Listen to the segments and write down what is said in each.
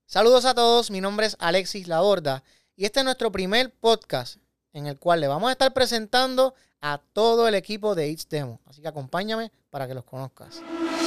Saludos a todos, mi nombre es Alexis Laborda y este es nuestro primer podcast en el cual le vamos a estar presentando a todo el equipo de It's Demo. Así que acompáñame para que los conozcas.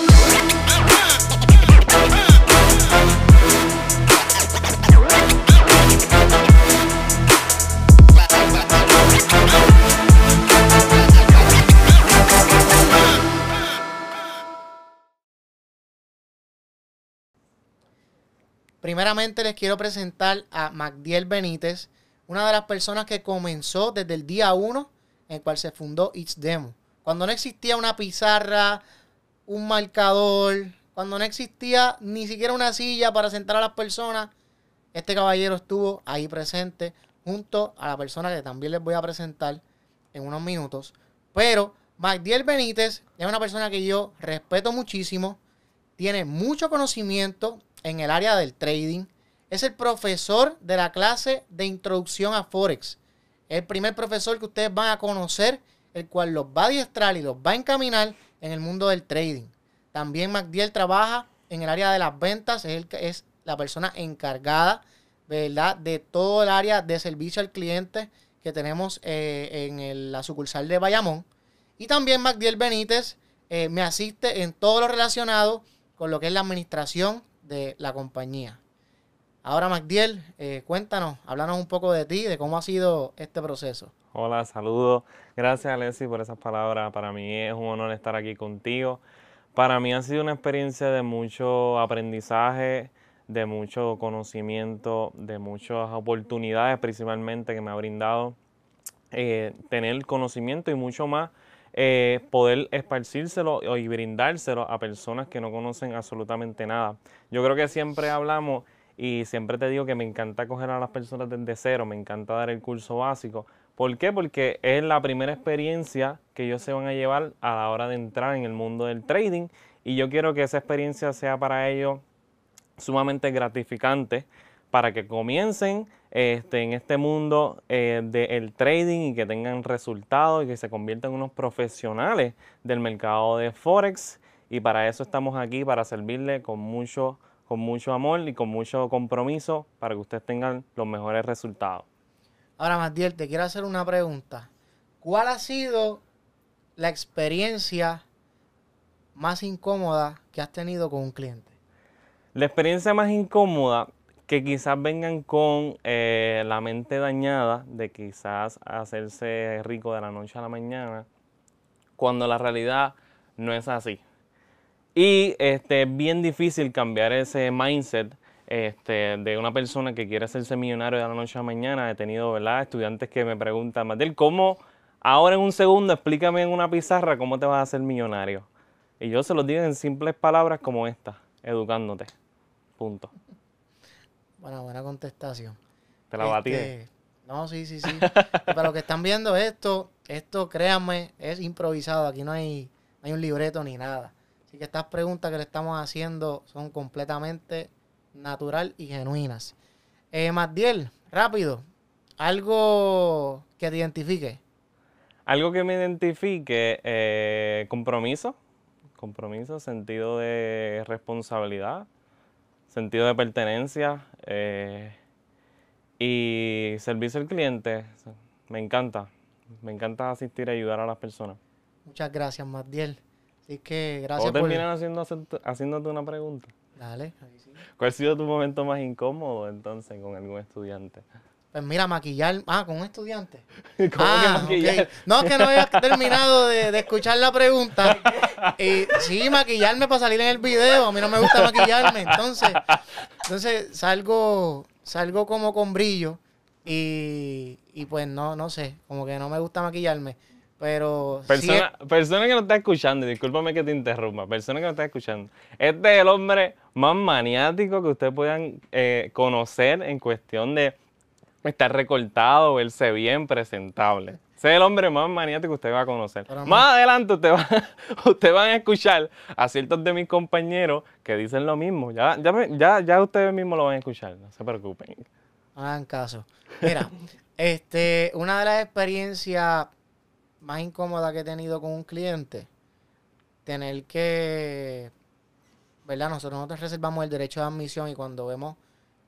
Primeramente les quiero presentar a Magdiel Benítez, una de las personas que comenzó desde el día 1 en el cual se fundó It's Demo. Cuando no existía una pizarra, un marcador, cuando no existía ni siquiera una silla para sentar a las personas, este caballero estuvo ahí presente junto a la persona que también les voy a presentar en unos minutos. Pero Magdiel Benítez es una persona que yo respeto muchísimo, tiene mucho conocimiento en el área del trading. Es el profesor de la clase de introducción a Forex. Es el primer profesor que ustedes van a conocer, el cual los va a adiestrar y los va a encaminar en el mundo del trading. También Magdiel trabaja en el área de las ventas. Es la persona encargada, ¿verdad?, de todo el área de servicio al cliente que tenemos en la sucursal de Bayamón. Y también Magdiel Benítez me asiste en todo lo relacionado con lo que es la administración de la compañía. Ahora, Magdiel, cuéntanos, háblanos un poco de ti, de cómo ha sido este proceso. Hola, saludos. Gracias, Alexis, por esas palabras. Para mí es un honor estar aquí contigo. Para mí ha sido una experiencia de mucho aprendizaje, de mucho conocimiento, de muchas oportunidades principalmente que me ha brindado tener conocimiento y mucho más, poder esparcírselo y brindárselo a personas que no conocen absolutamente nada. Yo creo que siempre hablamos y siempre te digo que me encanta coger a las personas desde cero, me encanta dar el curso básico. ¿Por qué? Porque es la primera experiencia que ellos se van a llevar a la hora de entrar en el mundo del trading y yo quiero que esa experiencia sea para ellos sumamente gratificante para que comiencen en este mundo del trading y que tengan resultados y que se conviertan en unos profesionales del mercado de Forex. Y para eso estamos aquí, para servirle con mucho amor y con mucho compromiso para que ustedes tengan los mejores resultados. Ahora, Magdiel, te quiero hacer una pregunta. ¿Cuál ha sido la experiencia más incómoda que has tenido con un cliente? La experiencia más incómoda, que quizás vengan con la mente dañada de quizás hacerse rico de la noche a la mañana, cuando la realidad no es así. Y es bien difícil cambiar ese mindset de una persona que quiere hacerse millonario de la noche a la mañana. He tenido, ¿verdad?, estudiantes que me preguntan, Magdiel, ¿cómo ahora en un segundo explícame en una pizarra cómo te vas a hacer millonario? Y yo se los digo en simples palabras como esta, educándote. Punto. Buena contestación. Te la batí. No, sí. Para los que están viendo esto, créanme, es improvisado. Aquí no hay un libreto ni nada. Así que estas preguntas que le estamos haciendo son completamente natural y genuinas. Magdiel, rápido, algo que te identifique. Algo que me identifique, compromiso, sentido de responsabilidad, sentido de pertenencia y servicio al cliente. Me encanta asistir y ayudar a las personas. Muchas gracias, Magdiel. Así que gracias ¿Puedo terminar haciéndote una pregunta? Dale, ahí sí. ¿Cuál ha sido tu momento más incómodo entonces con algún estudiante? Pues mira, maquillar. Con un estudiante. ¿Cómo que maquillar? Okay. No, que no había terminado de escuchar la pregunta. Y sí, maquillarme para salir en el video. A mí no me gusta maquillarme. Entonces salgo como con brillo. Y pues no sé. Como que no me gusta maquillarme. Pero persona que no está escuchando, discúlpame que te interrumpa, persona que no está escuchando, este es el hombre más maniático que ustedes puedan conocer en cuestión de estar recortado, verse bien, presentable. Ese es el hombre más maniático que usted va a conocer. Más adelante ustedes van a escuchar a ciertos de mis compañeros que dicen lo mismo. Ya ustedes mismos lo van a escuchar, no se preocupen. Hagan caso. Mira, una de las experiencias más incómodas que he tenido con un cliente, tener que, ¿verdad? Nosotros reservamos el derecho de admisión y cuando vemos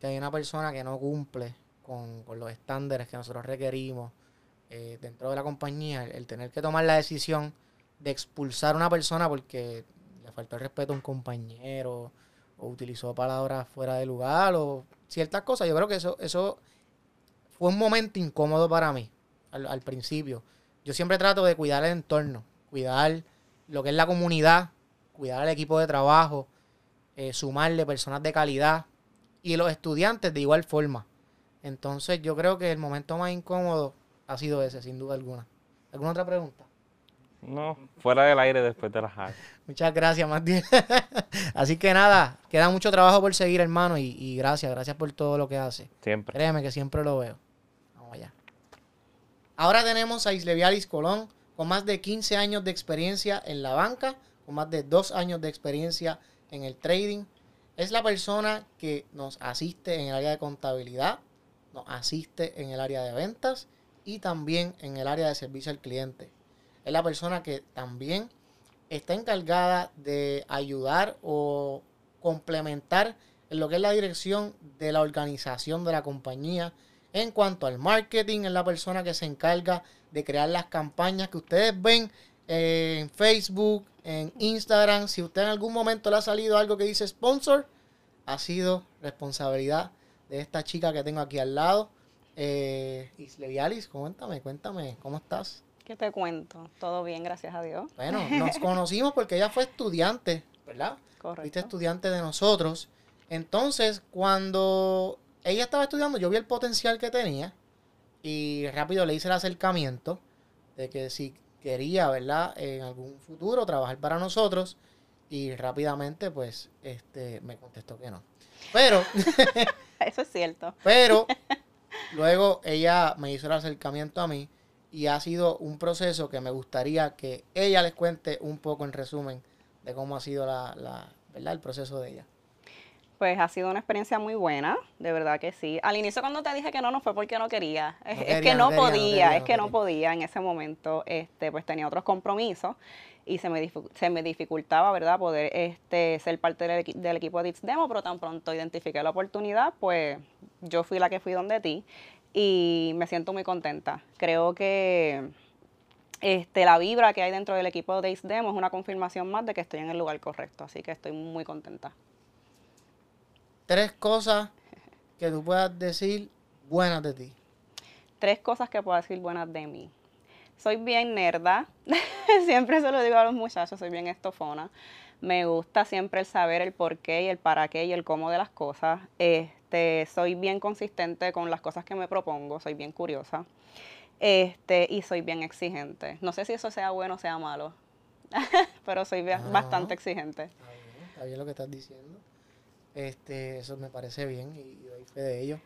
que hay una persona que no cumple con los estándares que nosotros requerimos dentro de la compañía, el tener que tomar la decisión de expulsar a una persona porque le faltó el respeto a un compañero o utilizó palabras fuera de lugar o ciertas cosas, yo creo que eso fue un momento incómodo para mí al principio. Yo siempre trato de cuidar el entorno, cuidar lo que es la comunidad, cuidar al equipo de trabajo, sumarle personas de calidad y los estudiantes de igual forma. Entonces yo creo que el momento más incómodo ha sido ese, sin duda alguna. ¿Alguna otra pregunta? No, fuera del aire después de las hago. Muchas gracias, Matías. Así que nada, queda mucho trabajo por seguir, hermano, y gracias por todo lo que hace. Siempre. Créeme que siempre lo veo. Vamos allá. Ahora tenemos a Islevialis Colón, con más de 15 años de experiencia en la banca, con más de 2 años de experiencia en el trading. Es la persona que nos asiste en el área de contabilidad, nos asiste en el área de ventas y también en el área de servicio al cliente. Es la persona que también está encargada de ayudar o complementar en lo que es la dirección de la organización de la compañía. En cuanto al marketing, es la persona que se encarga de crear las campañas que ustedes ven en Facebook, en Instagram. Si usted en algún momento le ha salido algo que dice sponsor, ha sido responsabilidad de esta chica que tengo aquí al lado. Islevialis, cuéntame, ¿cómo estás? ¿Qué te cuento? Todo bien, gracias a Dios. Bueno, nos conocimos porque ella fue estudiante, ¿verdad? Correcto. Fuiste estudiante de nosotros. Entonces, cuando ella estaba estudiando, yo vi el potencial que tenía y rápido le hice el acercamiento de que si quería, ¿verdad?, en algún futuro trabajar para nosotros, y rápidamente, pues, me contestó que no. Pero, eso es cierto. Pero, luego ella me hizo el acercamiento a mí y ha sido un proceso que me gustaría que ella les cuente un poco en resumen de cómo ha sido ¿verdad?, el proceso de ella. Pues ha sido una experiencia muy buena, de verdad que sí. Al inicio cuando te dije que no fue porque no quería. Es que no podía en ese momento, pues tenía otros compromisos y se me dificultaba, ¿verdad?, poder ser parte del equipo de It's Demo, pero tan pronto identifiqué la oportunidad, pues yo fui la que fui donde ti y me siento muy contenta. Creo que la vibra que hay dentro del equipo de It's Demo es una confirmación más de que estoy en el lugar correcto, así que estoy muy contenta. 3 cosas que tú puedas decir buenas de ti. 3 cosas que puedo decir buenas de mí. Soy bien nerda, siempre se lo digo a los muchachos, soy bien estofona. Me gusta siempre el saber el por qué y el para qué y el cómo de las cosas. Soy bien consistente con las cosas que me propongo, soy bien curiosa. Y soy bien exigente. No sé si eso sea bueno o sea malo, pero soy bastante exigente. Está bien lo que estás diciendo. Eso me parece bien y doy fe de ello.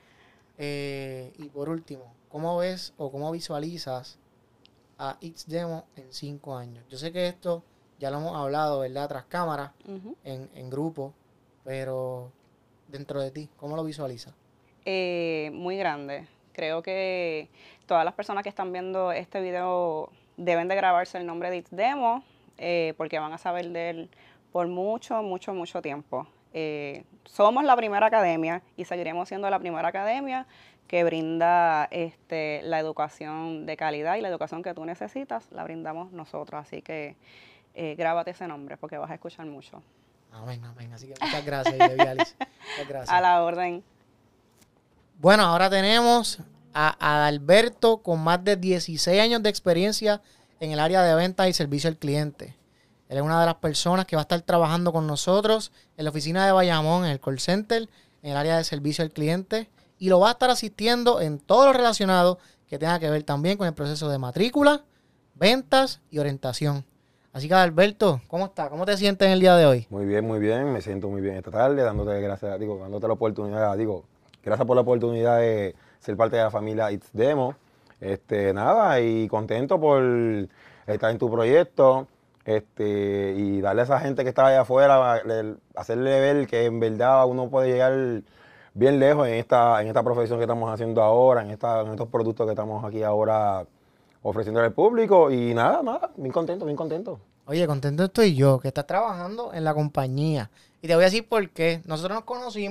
Y por último, ¿cómo ves o cómo visualizas a It's Demo en 5 años? Yo sé que esto ya lo hemos hablado, ¿verdad?, tras cámaras, en grupo, pero dentro de ti, ¿cómo lo visualizas? Muy grande. Creo que todas las personas que están viendo este video deben de grabarse el nombre de It's Demo, porque van a saber de él por mucho tiempo. Somos la primera academia y seguiremos siendo la primera academia que brinda la educación de calidad, y la educación que tú necesitas la brindamos nosotros. Así que grábate ese nombre porque vas a escuchar mucho. Amén. Así que muchas gracias, Islevialis. Muchas gracias. A la orden. Bueno, ahora tenemos a Adalberto con más de 16 años de experiencia en el área de ventas y servicio al cliente. Él es una de las personas que va a estar trabajando con nosotros en la oficina de Bayamón, en el call center, en el área de servicio al cliente, y lo va a estar asistiendo en todo lo relacionado que tenga que ver también con el proceso de matrícula, ventas y orientación. Así que, Alberto, ¿cómo está? ¿Cómo te sientes en el día de hoy? Muy bien, me siento muy bien esta tarde, dándote la oportunidad, gracias por la oportunidad de ser parte de la familia It's Demo. Nada, y contento por estar en tu proyecto. Y darle a esa gente que está allá afuera, hacerle ver que en verdad uno puede llegar bien lejos en esta profesión que estamos haciendo ahora, en estos productos que estamos aquí ahora ofreciendo al público. Y nada, bien contento. Oye, contento estoy yo, que estás trabajando en la compañía. Y te voy a decir por qué. Nosotros nos conocimos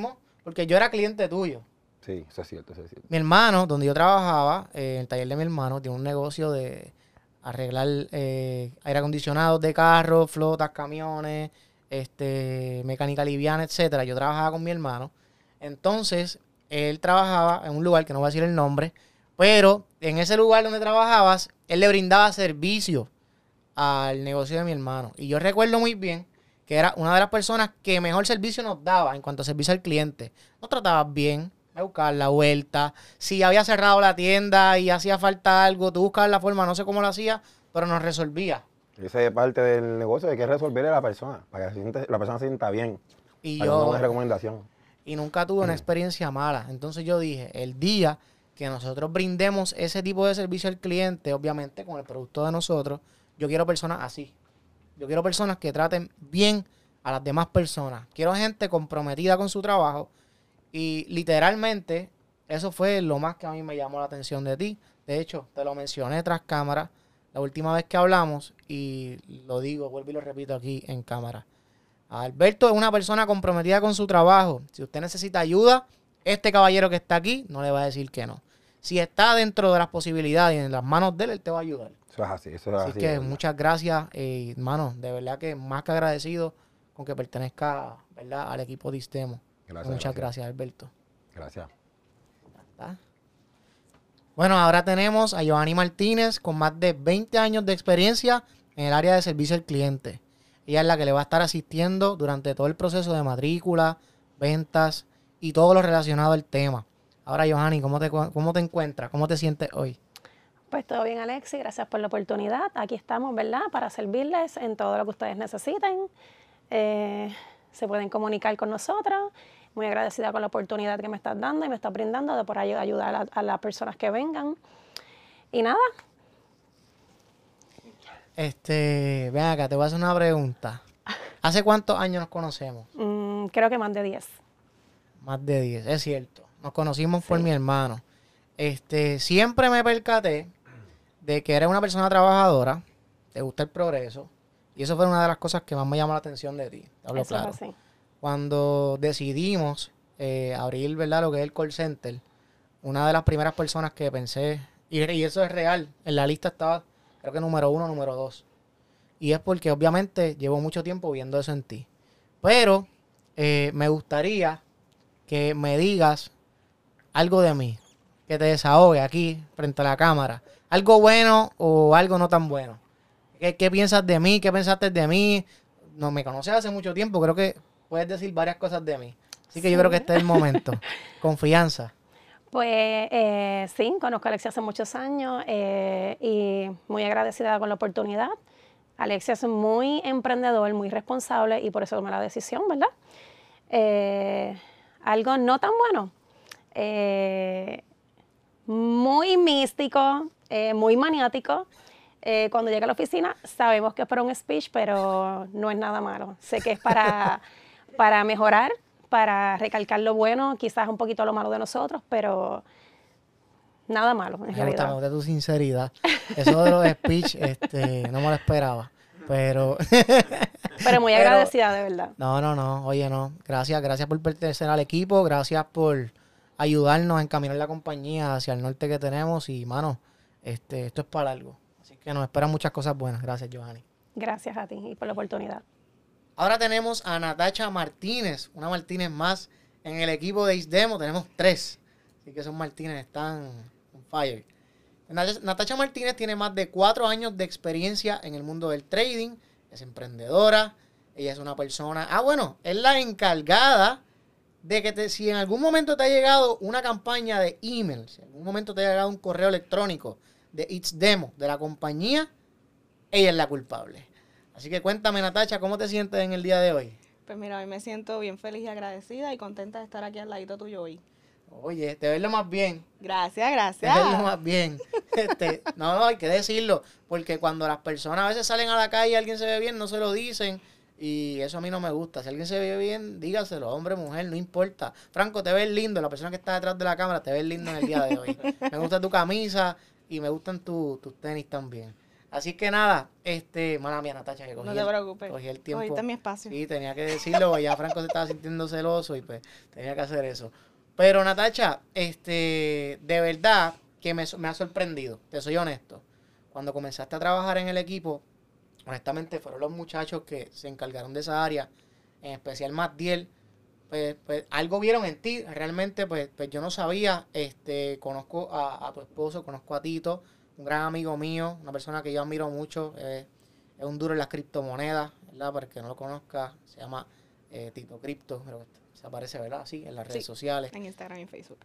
porque yo era cliente tuyo. Sí, eso es cierto, eso es cierto. Mi hermano, donde yo trabajaba, en el taller de mi hermano, tiene un negocio de arreglar aire acondicionados de carros, flotas, camiones, mecánica liviana, etcétera. Yo trabajaba con mi hermano. Entonces, él trabajaba en un lugar que no voy a decir el nombre, pero en ese lugar donde trabajabas, él le brindaba servicio al negocio de mi hermano. Y yo recuerdo muy bien que era una de las personas que mejor servicio nos daba en cuanto a servicio al cliente. Nos tratabas bien, a buscar la vuelta. Si había cerrado la tienda y hacía falta algo, tú buscabas la forma, no sé cómo lo hacía, pero nos resolvía. Esa es parte del negocio, hay que resolverle a la persona, para que la persona se sienta bien. Y para una recomendación. Y nunca tuve una experiencia mala. Entonces yo dije, el día que nosotros brindemos ese tipo de servicio al cliente, obviamente con el producto de nosotros, yo quiero personas así. Yo quiero personas que traten bien a las demás personas. Quiero gente comprometida con su trabajo. Y literalmente, eso fue lo más que a mí me llamó la atención de ti. De hecho, te lo mencioné tras cámara la última vez que hablamos y lo digo, vuelvo y lo repito aquí en cámara. Alberto es una persona comprometida con su trabajo. Si usted necesita ayuda, este caballero que está aquí no le va a decir que no. Si está dentro de las posibilidades y en las manos de él te va a ayudar. Eso es así, eso es así. Así que muchas gracias, hermano. De verdad que más que agradecido con que pertenezca, ¿verdad?, al equipo de Istemo. Muchas gracias, Alberto. Gracias. ¿Está? Bueno, ahora tenemos a Giovanni Martínez con más de 20 años de experiencia en el área de servicio al cliente. Ella es la que le va a estar asistiendo durante todo el proceso de matrícula, ventas y todo lo relacionado al tema. Ahora, Giovanni, ¿cómo te encuentras? ¿Cómo te sientes hoy? Pues todo bien, Alexi. Gracias por la oportunidad. Aquí estamos, ¿verdad?, para servirles en todo lo que ustedes necesiten. Se pueden comunicar con nosotros. Muy agradecida con la oportunidad que me estás dando y me estás brindando de por ahí ayudar a las personas que vengan. Y nada. Ven acá, te voy a hacer una pregunta. ¿Hace cuántos años nos conocemos? Creo que más de 10. Más de 10, es cierto. Nos conocimos por mi hermano. Siempre me percaté de que eres una persona trabajadora, te gusta el progreso, y eso fue una de las cosas que más me llamó la atención de ti. Te hablo claro. Es así. Cuando decidimos abrir, ¿verdad?, lo que es el call center, una de las primeras personas que pensé, y eso es real, en la lista estaba, creo que número 1, número 2. Y es porque obviamente llevo mucho tiempo viendo eso en ti. Pero me gustaría que me digas algo de mí, que te desahogue aquí frente a la cámara. Algo bueno o algo no tan bueno. ¿Qué piensas de mí? ¿Qué pensaste de mí? No me conoces hace mucho tiempo, creo que puedes decir varias cosas de mí. Así que yo creo que este es el momento. Confianza. Pues sí, conozco a Alexia hace muchos años y muy agradecida con la oportunidad. Alexia es muy emprendedor, muy responsable y por eso tomé la decisión, ¿verdad? Algo no tan bueno. Muy místico, muy maniático. Cuando llega a la oficina sabemos que es para un speech, pero no es nada malo. Sé que es para mejorar, para recalcar lo bueno, quizás un poquito lo malo de nosotros, pero nada malo en realidad. Me gusta tu sinceridad. Eso de los speech no me lo esperaba, pero... pero muy agradecida, de verdad. No, oye, no. Gracias por pertenecer al equipo, gracias por ayudarnos a encaminar la compañía hacia el norte que tenemos y, mano, esto es para algo. Así que nos esperan muchas cosas buenas. Gracias, Giovanni. Gracias a ti y por la oportunidad. Ahora tenemos a Natacha Martínez, una Martínez más en el equipo de Istemo. Tenemos 3, así que esos Martínez están on fire. Natacha Martínez tiene más de 4 años de experiencia en el mundo del trading, es emprendedora, ella es una persona... es la encargada de que si en algún momento te ha llegado una campaña de email, si en algún momento te ha llegado un correo electrónico de Istemo, de la compañía, ella es la culpable. Así que cuéntame, Natacha, ¿cómo te sientes en el día de hoy? Pues mira, hoy me siento bien feliz y agradecida y contenta de estar aquí al ladito tuyo hoy. Oye, te ves lo más bien. Gracias. Te ves lo más bien. No, hay que decirlo, porque cuando las personas a veces salen a la calle y alguien se ve bien, no se lo dicen, y eso a mí no me gusta. Si alguien se ve bien, dígaselo, hombre, mujer, no importa. Franco, te ves lindo, la persona que está detrás de la cámara, te ves lindo en el día de hoy. Me gusta tu camisa y me gustan tus tenis también. Así que nada, mala mía, Natacha, que No te preocupes. cogí el tiempo. Cogiste mi espacio. Sí, tenía que decirlo, porque ya Franco se estaba sintiendo celoso y pues tenía que hacer eso. Pero Natacha, de verdad que me ha sorprendido, te soy honesto. Cuando comenzaste a trabajar en el equipo, honestamente fueron los muchachos que se encargaron de esa área, en especial Magdiel, pues algo vieron en ti. Realmente, pues yo no sabía, conozco a tu esposo, conozco a Tito, un gran amigo mío, una persona que yo admiro mucho, es un duro en las criptomonedas, ¿verdad? Para el que no lo conozca, se llama Tito Cripto, creo que se aparece, ¿verdad? Sí, en las redes sociales. En Instagram y Facebook.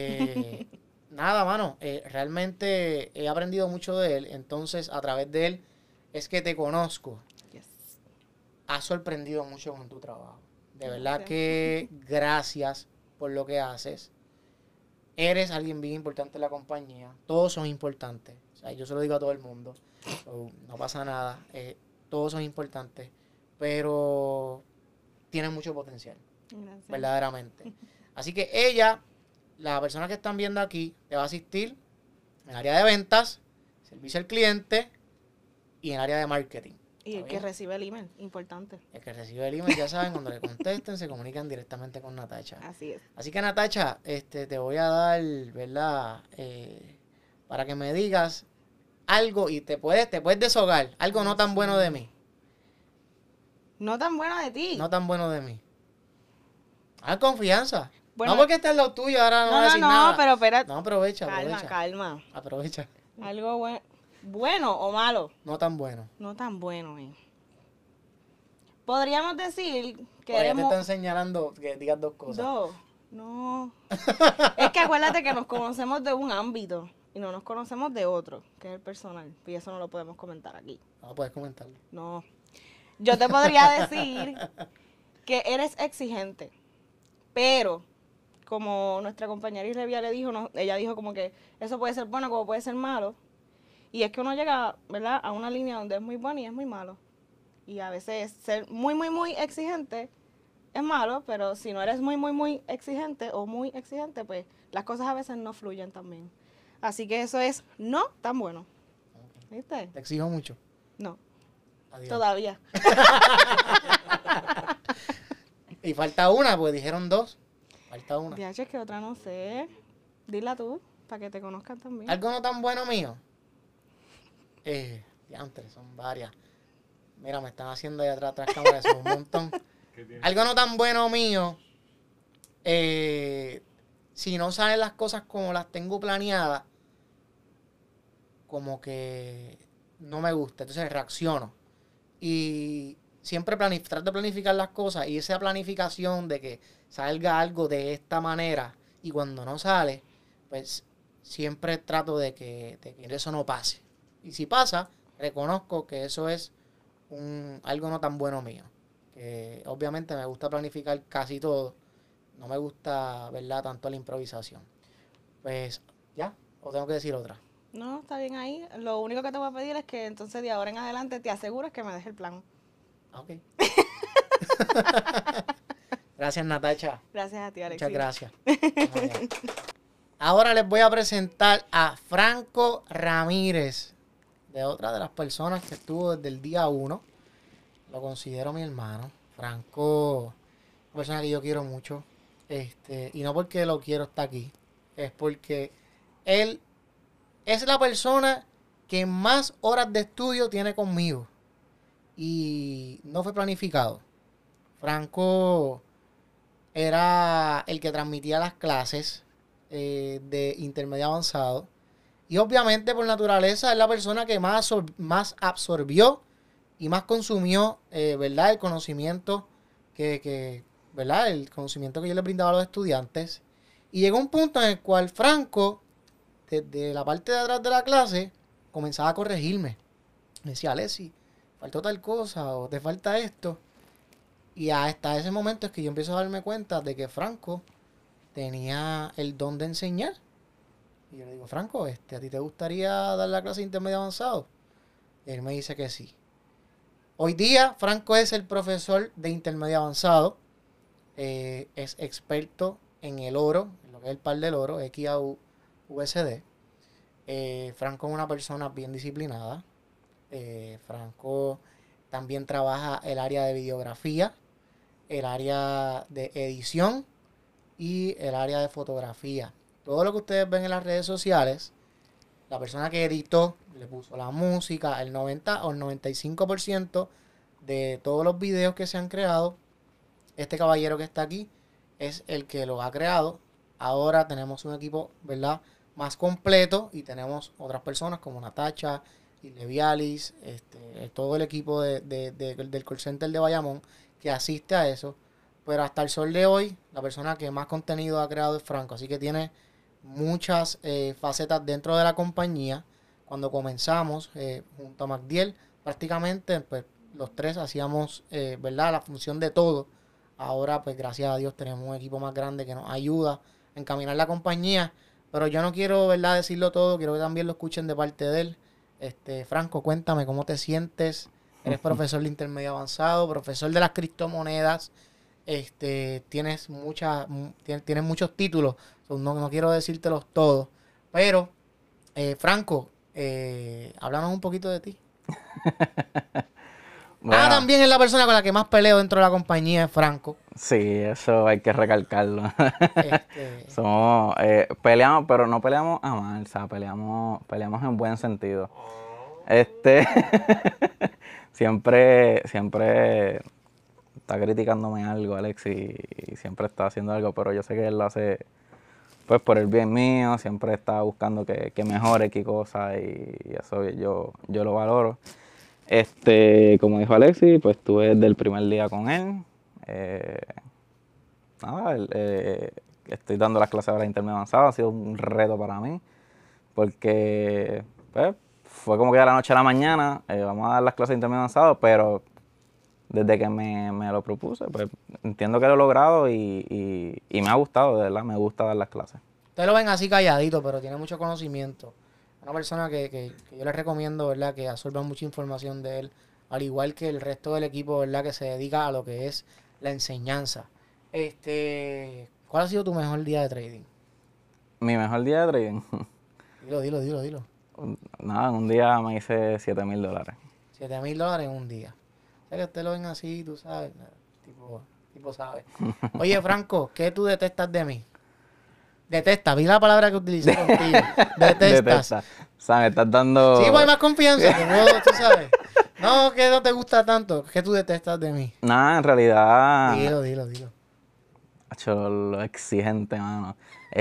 Nada, mano, realmente he aprendido mucho de él, entonces a través de él es que te conozco. Yes. Has sorprendido mucho con tu trabajo. De verdad Gracias. que gracias por lo que haces. Eres alguien bien importante en la compañía. Todos son importantes. O sea, yo se lo digo a todo el mundo. So, no pasa nada. Todos son importantes. Pero tienes mucho potencial. Gracias. Verdaderamente. Así que ella, la persona que están viendo aquí, te va a asistir en el área de ventas, servicio al cliente y en el área de marketing. Y el ¿Está que bien? recibe el email, importante. El que recibe el email, ya saben, cuando le contesten, se comunican directamente con Natacha. Así es. Así que Natacha, te voy a dar, ¿verdad? Para que me digas algo y te puedes deshogar. Algo no tan bueno de mí. No tan bueno de ti. No tan bueno de mí. Haz confianza. Bueno, no porque esté al lado tuyo, ahora no voy a no, decir no, nada. pero espérate. No, aprovecha. Calma. Aprovecha. Algo bueno o malo. No tan bueno. No tan bueno, Podríamos decir que Porque ya te eres están señalando que digas dos cosas. dos. No. Es que acuérdate que nos conocemos de un ámbito y no nos conocemos de otro, que es el personal. Y eso no lo podemos comentar aquí. No puedes comentarlo. No. Yo te podría decir que eres exigente, pero como nuestra compañera Irrevia le dijo, ella dijo como que eso puede ser bueno como puede ser malo. Y es que uno llega, ¿verdad?, a una línea donde es muy bueno y es muy malo. Y a veces ser muy, muy, muy exigente es malo, pero si no eres muy, muy, muy exigente o muy exigente, pues las cosas a veces no fluyen tan bien. Así que eso es no tan bueno. ¿Viste? Te exijo mucho. No, Adiós. todavía. Y falta una, pues dijeron dos. Falta una. DH, que otra no sé. Dila tú, para que te conozcan también. Algo no tan bueno mío. Diantres, son varias. Mira, me están haciendo ahí atrás cámaras, son un montón. Algo no tan bueno mío. Si no salen las cosas como las tengo planeadas, como que no me gusta. Entonces reacciono. Y siempre trato de planificar las cosas. Y esa planificación de que salga algo de esta manera y cuando no sale, pues siempre trato de que eso no pase. Y si pasa, reconozco que eso es algo no tan bueno mío. Que obviamente me gusta planificar casi todo. No me gusta, ¿verdad?, tanto la improvisación. Pues, ¿ya? ¿O tengo que decir otra? No, está bien ahí. Lo único que te voy a pedir es que entonces de ahora en adelante te asegures que me dejes el plan. Ok. Gracias, Natacha. Gracias a ti, Alex. Muchas gracias. Vamos allá. Ahora les voy a presentar a Franco Ramírez, de otra de las personas que estuvo desde el día 1. Lo considero mi hermano. Franco, una persona que yo quiero mucho. Y no porque lo quiero estar aquí, es porque él es la persona que más horas de estudio tiene conmigo. Y no fue planificado. Franco era el que transmitía las clases de intermedio avanzado. Y obviamente por naturaleza es la persona que más absorbió y más consumió, ¿verdad?, el conocimiento ¿verdad?, el conocimiento que yo le brindaba a los estudiantes. Y llegó un punto en el cual Franco, desde la parte de atrás de la clase, comenzaba a corregirme. Me decía, Alessi, faltó tal cosa o te falta esto. Y hasta ese momento es que yo empiezo a darme cuenta de que Franco tenía el don de enseñar. Y yo le digo, Franco, ¿a ti te gustaría dar la clase de intermedio avanzado? Y él me dice que sí. Hoy día, Franco es el profesor de intermedio avanzado. Es experto en el oro, en lo que es el par del oro, XAU, USD. Franco es una persona bien disciplinada. Franco también trabaja el área de videografía, el área de edición y el área de fotografía. Todo lo que ustedes ven en las redes sociales, la persona que editó, le puso la música, el 90 o el 95% de todos los videos que se han creado, este caballero que está aquí es el que lo ha creado. Ahora tenemos un equipo, ¿verdad?, más completo y tenemos otras personas como Natacha y Levialis, todo el equipo del call center de Bayamón que asiste a eso. Pero hasta el sol de hoy, la persona que más contenido ha creado es Franco. Así que tiene muchas facetas dentro de la compañía. Cuando comenzamos junto a Magdiel, prácticamente pues, los tres hacíamos ¿verdad?, la función de todo. Ahora, pues gracias a Dios, tenemos un equipo más grande que nos ayuda a encaminar la compañía. Pero yo no quiero, ¿verdad?, decirlo todo. Quiero que también lo escuchen de parte de él. Franco, cuéntame cómo te sientes. Eres profesor de intermedio avanzado, profesor de las criptomonedas. Tienes muchos títulos. No quiero decírtelos todos. Pero, Franco, háblanos un poquito de ti. Bueno, También es la persona con la que más peleo dentro de la compañía, es Franco. sí, eso hay que recalcarlo. Este, Peleamos, pero no peleamos a mal, o sea, peleamos en buen sentido. Siempre está criticándome algo, Alex, y siempre está haciendo algo, pero yo sé que él lo hace pues por el bien mío, siempre está buscando que mejore qué cosa, y eso yo lo valoro. Como dijo Alexi, pues estuve desde el primer día con él. Estoy dando las clases ahora de intermedio avanzado, ha sido un reto para mí, porque pues, fue como que de la noche a la mañana, vamos a dar las clases de intermedio avanzado, pero desde que me lo propuse, pues entiendo que lo he logrado y me ha gustado, de verdad, me gusta dar las clases. ustedes lo ven así calladito, pero tiene mucho conocimiento. Una persona que yo les recomiendo, ¿verdad?, que absorban mucha información de él, al igual que el resto del equipo, ¿verdad?, que se dedica a lo que es la enseñanza. ¿Cuál ha sido tu mejor día de trading? Mi mejor día de trading, Dilo. nada, en un día me hice $7,000. $7,000 en un día. O sea que ustedes lo ven así, tú sabes, tipo sabe. Oye, Franco, ¿qué tú detestas de mí? Detesta, vi la palabra que utilicé contigo. Detestas. O sea, me estás dando... Sí, pues hay más confianza, tú sabes. No, que no te gusta tanto, que tú detestas de mí. Nada, en realidad... Dilo. Hacho, lo exigente, mano.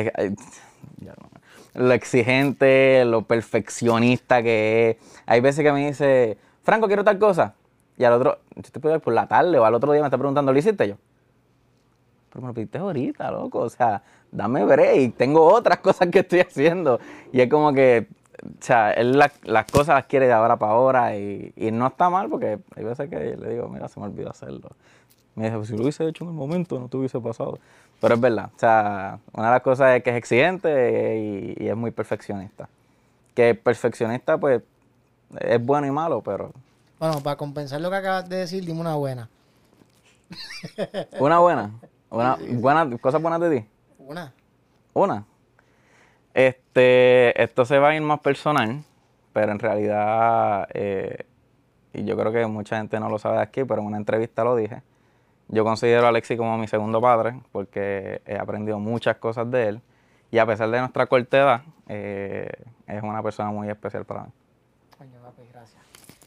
Lo exigente, lo perfeccionista que es. Hay veces que me dice, Franco, quiero tal cosa. Y al otro, yo te puedo ir por la tarde o al otro día me está preguntando, ¿lo hiciste yo? Pero me lo pediste ahorita, loco. O sea, dame break. Tengo otras cosas que estoy haciendo. Y es como que, o sea, él las cosas las quiere de ahora para ahora. Y no está mal porque hay veces que le digo, mira, se me olvidó hacerlo. Me dice, pues si lo hubiese hecho en el momento, no te hubiese pasado. Pero es verdad. O sea, una de las cosas es que es exigente y es muy perfeccionista. Que perfeccionista, pues, es bueno y malo, pero... Bueno, para compensar lo que acabas de decir, dime una buena. Una buena. Cosas buenas de ti. Una. Esto se va a ir más personal, pero en realidad, y yo creo que mucha gente no lo sabe de aquí, pero en una entrevista lo dije. Yo considero a Alexi como mi segundo padre, porque he aprendido muchas cosas de él. Y a pesar de nuestra corta edad, es una persona muy especial para mí. Coño, papi, gracias.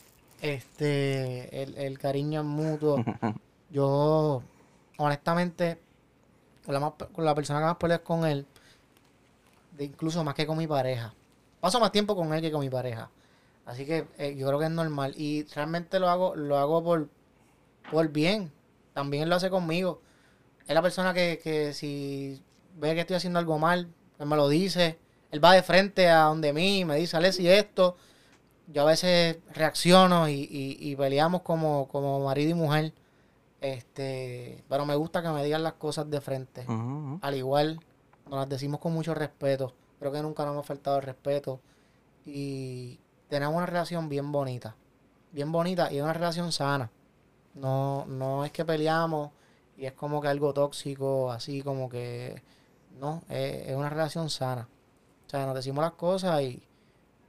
El cariño es mutuo. Yo, honestamente, con la persona que más peleo es con él, incluso más que con mi pareja. Paso más tiempo con él que con mi pareja. Así que yo creo que es normal. Y realmente lo hago por bien. También él lo hace conmigo. Es la persona que si ve que estoy haciendo algo mal, él me lo dice. Él va de frente a donde mí, me dice, Alexi, esto. Yo a veces reacciono y peleamos como marido y mujer. Pero me gusta que me digan las cosas de frente. Uh-huh. Al igual, nos las decimos con mucho respeto. Creo que nunca nos hemos faltado el respeto. Y tenemos una relación bien bonita. Bien bonita y es una relación sana. No es que peleamos y es como que algo tóxico, así como que... No, es una relación sana. O sea, nos decimos las cosas y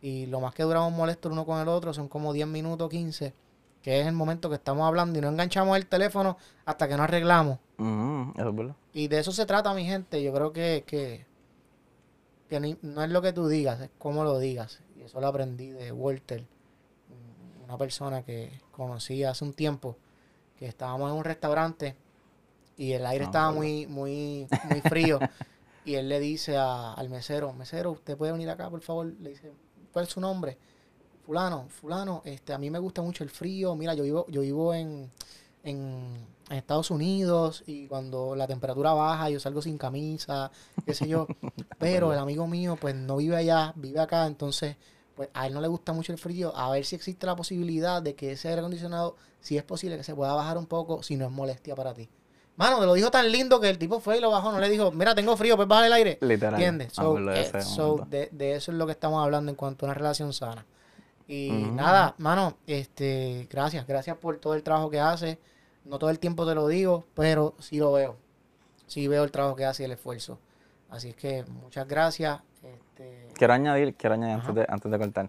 Y lo más que duramos molestos uno con el otro son como 10 minutos, 15, que es el momento que estamos hablando y no enganchamos el teléfono hasta que no arreglamos. Eso es verdad. Y de eso se trata, mi gente. Yo creo que no es lo que tú digas, es cómo lo digas. Y eso lo aprendí de Walter, una persona que conocí hace un tiempo, que estábamos en un restaurante y el aire estaba muy frío. Y él le dice al mesero, ¿usted puede venir acá, por favor? Le dice, ¿cuál es su nombre? Fulano, a mí me gusta mucho el frío. Mira, yo vivo en Estados Unidos y cuando la temperatura baja yo salgo sin camisa, qué sé yo. Pero el amigo mío pues no vive allá, vive acá, entonces pues a él no le gusta mucho el frío. A ver si existe la posibilidad de que ese aire acondicionado, si es posible que se pueda bajar un poco, si no es molestia para ti. Mano, te lo dijo tan lindo que el tipo fue y lo bajó. No le dijo, mira, tengo frío, pues baja el aire. Literal. ¿Entiendes? De eso es lo que estamos hablando en cuanto a una relación sana. Y nada, mano, gracias por todo el trabajo que haces. No todo el tiempo te lo digo, pero sí lo veo. Sí veo el trabajo que hace y el esfuerzo. Así es que muchas gracias. Quiero añadir antes de cortar.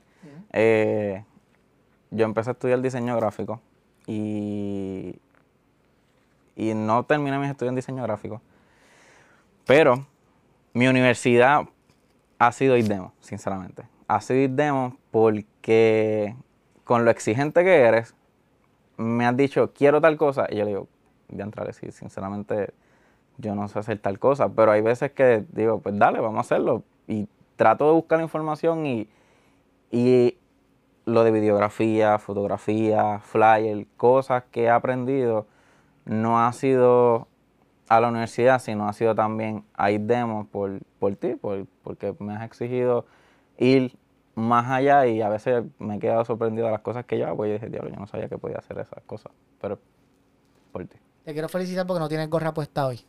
Yo empecé a estudiar diseño gráfico y no terminé mis estudios en diseño gráfico. Pero mi universidad ha sido IDEMO, sinceramente. Ha sido IDEMO porque con lo exigente que eres, me has dicho, quiero tal cosa, y yo le digo, voy a entrar sí, sinceramente, yo no sé hacer tal cosa, pero hay veces que digo, pues dale, vamos a hacerlo, y trato de buscar información y lo de videografía, fotografía, flyer, cosas que he aprendido, no ha sido a la universidad, sino ha sido también a IDEMO por ti, porque me has exigido ir más allá y a veces me he quedado sorprendido de las cosas que yo hago y dije, diablo, yo no sabía que podía hacer esas cosas, pero por ti. Te quiero felicitar porque no tienes gorra puesta hoy.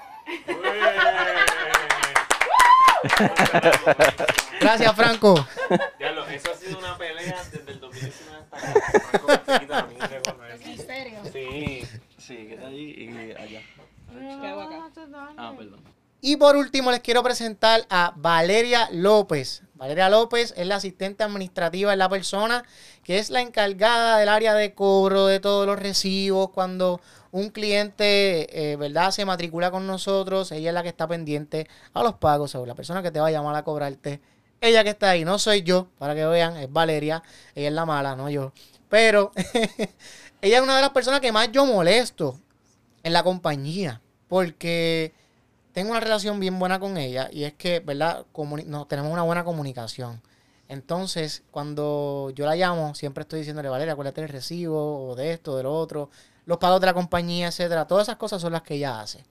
Gracias, Franco. Diablo, eso ha sido una pelea desde el 2019 hasta acá. ¿En serio? Sí, queda allí y allá. ¿Qué hago acá? Perdón. Y por último les quiero presentar a Valeria López. Valeria López es la asistente administrativa, es la persona que es la encargada del área de cobro de todos los recibos. Cuando un cliente, ¿verdad?, se matricula con nosotros, ella es la que está pendiente a los pagos, o la persona que te va a llamar a cobrarte. Ella que está ahí, no soy yo, para que vean, es Valeria. Ella es la mala, no yo. Pero ella es una de las personas que más yo molesto en la compañía, porque tengo una relación bien buena con ella y es que, ¿verdad?, tenemos una buena comunicación. Entonces, cuando yo la llamo, siempre estoy diciéndole, Valeria, acuérdate del recibo, o de esto, de lo otro, los pagos de la compañía, etcétera. Todas esas cosas son las que ella hace.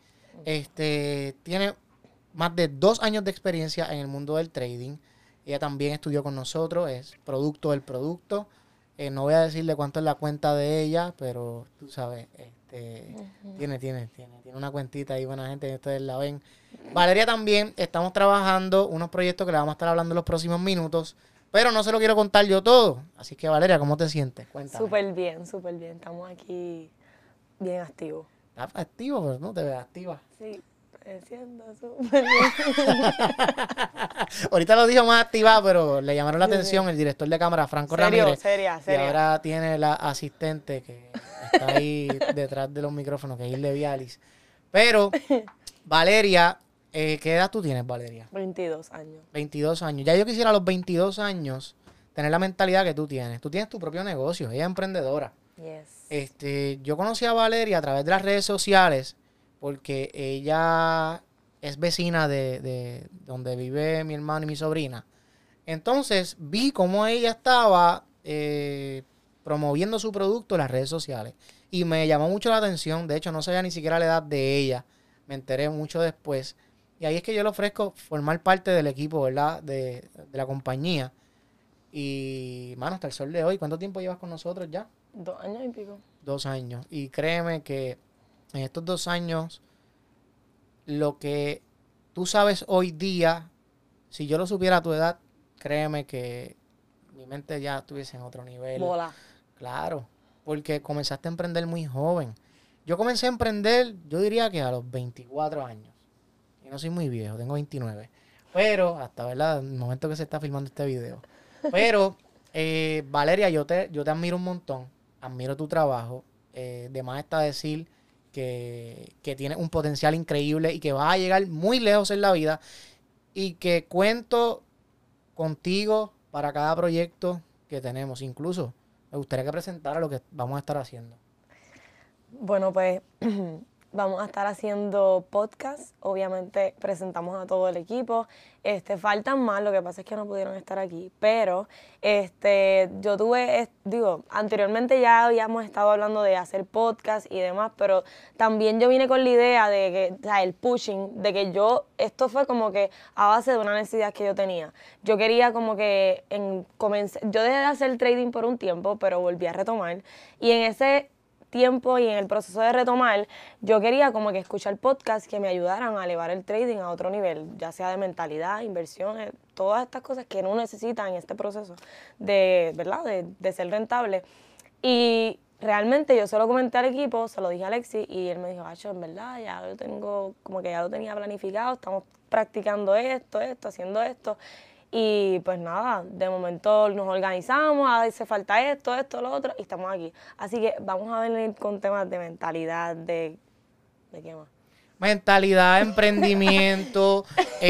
Tiene más de 2 años de experiencia en el mundo del trading. Ella también estudió con nosotros, es producto del producto. No voy a decirle cuánto es la cuenta de ella, pero tú sabes, tiene una cuentita ahí, buena gente, ustedes la ven. Valeria también, estamos trabajando unos proyectos que le vamos a estar hablando en los próximos minutos, pero no se lo quiero contar yo todo. Así que Valeria, ¿cómo te sientes? Cuéntame. Súper bien. Estamos aquí bien activos. ¿Estás activo? Pero no te ves activa. Sí, me siento súper bien. Ahorita lo dijo más activada, pero le llamaron la atención el director de cámara, Franco Ramírez. Seria. Y ahora tiene la asistente que está ahí detrás de los micrófonos, que es Irle Vialis. Pero, Valeria, ¿qué edad tú tienes, Valeria? 22 años. 22 años. Ya yo quisiera a los 22 años tener la mentalidad que tú tienes. Tú tienes tu propio negocio, ella es emprendedora. Yes. Yo conocí a Valeria a través de las redes sociales porque ella es vecina de donde vive mi hermano y mi sobrina. Entonces vi cómo ella estaba promoviendo su producto en las redes sociales y me llamó mucho la atención. De hecho, no sabía ni siquiera la edad de ella. Me enteré mucho después. Y ahí es que yo le ofrezco formar parte del equipo, ¿verdad?, de la compañía. Y, mano, hasta el sol de hoy, ¿cuánto tiempo llevas con nosotros ya? 2 años y pico. 2 años. Y créeme que en estos 2 años, lo que tú sabes hoy día, si yo lo supiera a tu edad, créeme que mi mente ya estuviese en otro nivel. Bola. Claro, porque comenzaste a emprender muy joven. Yo comencé a emprender, yo diría que a los 24 años. Y no soy muy viejo, tengo 29. Pero hasta, ¿verdad?, el momento que se está filmando este video. Pero, Valeria, yo te admiro un montón. Admiro tu trabajo. De más está decir que tienes un potencial increíble y que vas a llegar muy lejos en la vida. Y que cuento contigo para cada proyecto que tenemos. Incluso me gustaría que presentara lo que vamos a estar haciendo. Bueno, pues vamos a estar haciendo podcast. Obviamente presentamos a todo el equipo. Faltan más, lo que pasa es que no pudieron estar aquí. Pero yo tuve, anteriormente ya habíamos estado hablando de hacer podcast y demás, pero también yo vine con la idea de que, o sea, el pushing, de que esto fue como que a base de una necesidad que yo tenía. Yo quería como que yo dejé de hacer trading por un tiempo, pero volví a retomar. Y en ese tiempo y en el proceso de retomar, yo quería como que escuchar podcasts que me ayudaran a elevar el trading a otro nivel, ya sea de mentalidad, inversiones, todas estas cosas que uno necesita en este proceso ¿verdad? De ser rentable. Y realmente yo se lo comenté al equipo, se lo dije a Alexis y él me dijo, en verdad, ya yo tengo, como que ya lo tenía planificado, estamos practicando esto, haciendo esto. Y pues nada, de momento nos organizamos, hace falta esto, lo otro, y estamos aquí. Así que vamos a venir con temas de mentalidad, ¿de qué más? Mentalidad, emprendimiento,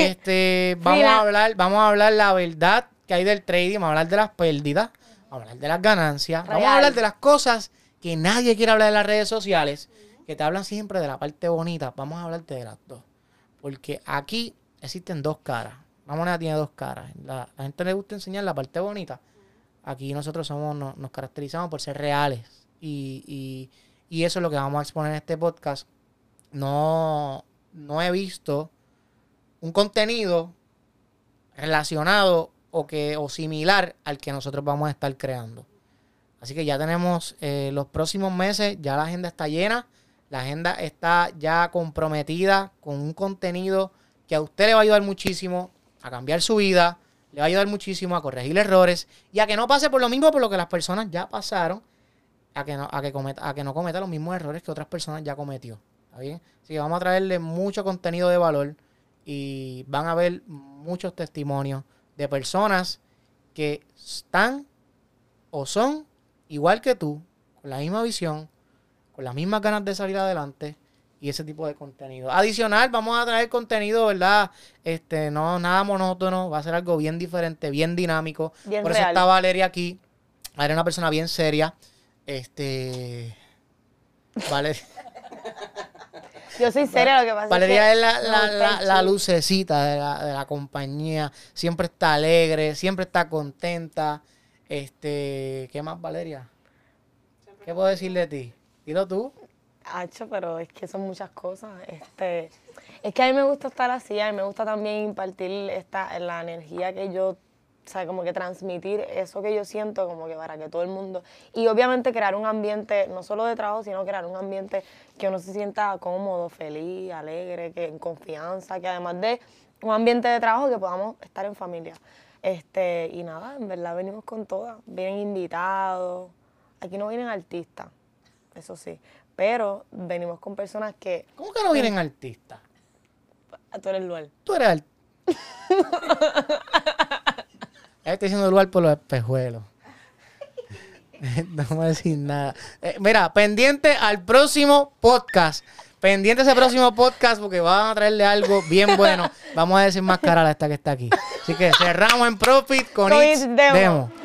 vamos a hablar la verdad que hay del trading, vamos a hablar de las pérdidas, vamos a hablar de las ganancias, vamos a hablar de las cosas que nadie quiere hablar en las redes sociales, que te hablan siempre de la parte bonita. Vamos a hablarte de las dos. Porque aquí existen dos caras. Una moneda tiene dos caras. La gente le gusta enseñar la parte bonita. Aquí nosotros nos caracterizamos por ser reales. Y eso es lo que vamos a exponer en este podcast. No he visto un contenido relacionado o similar al que nosotros vamos a estar creando. Así que ya tenemos los próximos meses, ya la agenda está llena. La agenda está ya comprometida con un contenido que a usted le va a ayudar muchísimo a cambiar su vida, le va a ayudar muchísimo a corregir errores y a que no pase por lo mismo por lo que las personas ya pasaron, a que no cometa los mismos errores que otras personas ya cometió. ¿Está bien? Así que vamos a traerle mucho contenido de valor y van a ver muchos testimonios de personas que están o son igual que tú, con la misma visión, con las mismas ganas de salir adelante y ese tipo de contenido. Adicional, vamos a traer contenido, ¿verdad? No nada monótono, va a ser algo bien diferente, bien dinámico. Bien Por real. eso está Valeria aquí. Valeria es una persona bien seria. Valeria. Yo soy seria, lo que pasa Valeria es que es la lucecita de la compañía. Siempre está alegre, siempre está contenta. ¿Qué más, Valeria? ¿Qué puedo decir de ti? Dilo tú. pero es que son muchas cosas. Es que a mí me gusta estar así, a mí me gusta también impartir la energía que yo, o sea, como que transmitir eso que yo siento, como que para que todo el mundo... Y obviamente crear un ambiente, no solo de trabajo, sino crear un ambiente que uno se sienta cómodo, feliz, alegre, que en confianza, que además de un ambiente de trabajo que podamos estar en familia. Y nada, en verdad venimos con todas. Vienen invitados, aquí no vienen artistas, eso sí, pero venimos con personas que... ¿Cómo que no vienen artistas? Tú eres Luel. Tú eres artista. Estoy diciendo lugar por los espejuelos. No voy a decir nada. Mira, pendiente al próximo podcast. Pendiente a ese próximo podcast porque van a traerle algo bien bueno. Vamos a desenmascarar a esta que está aquí. Así que cerramos en Profit con It's Demo.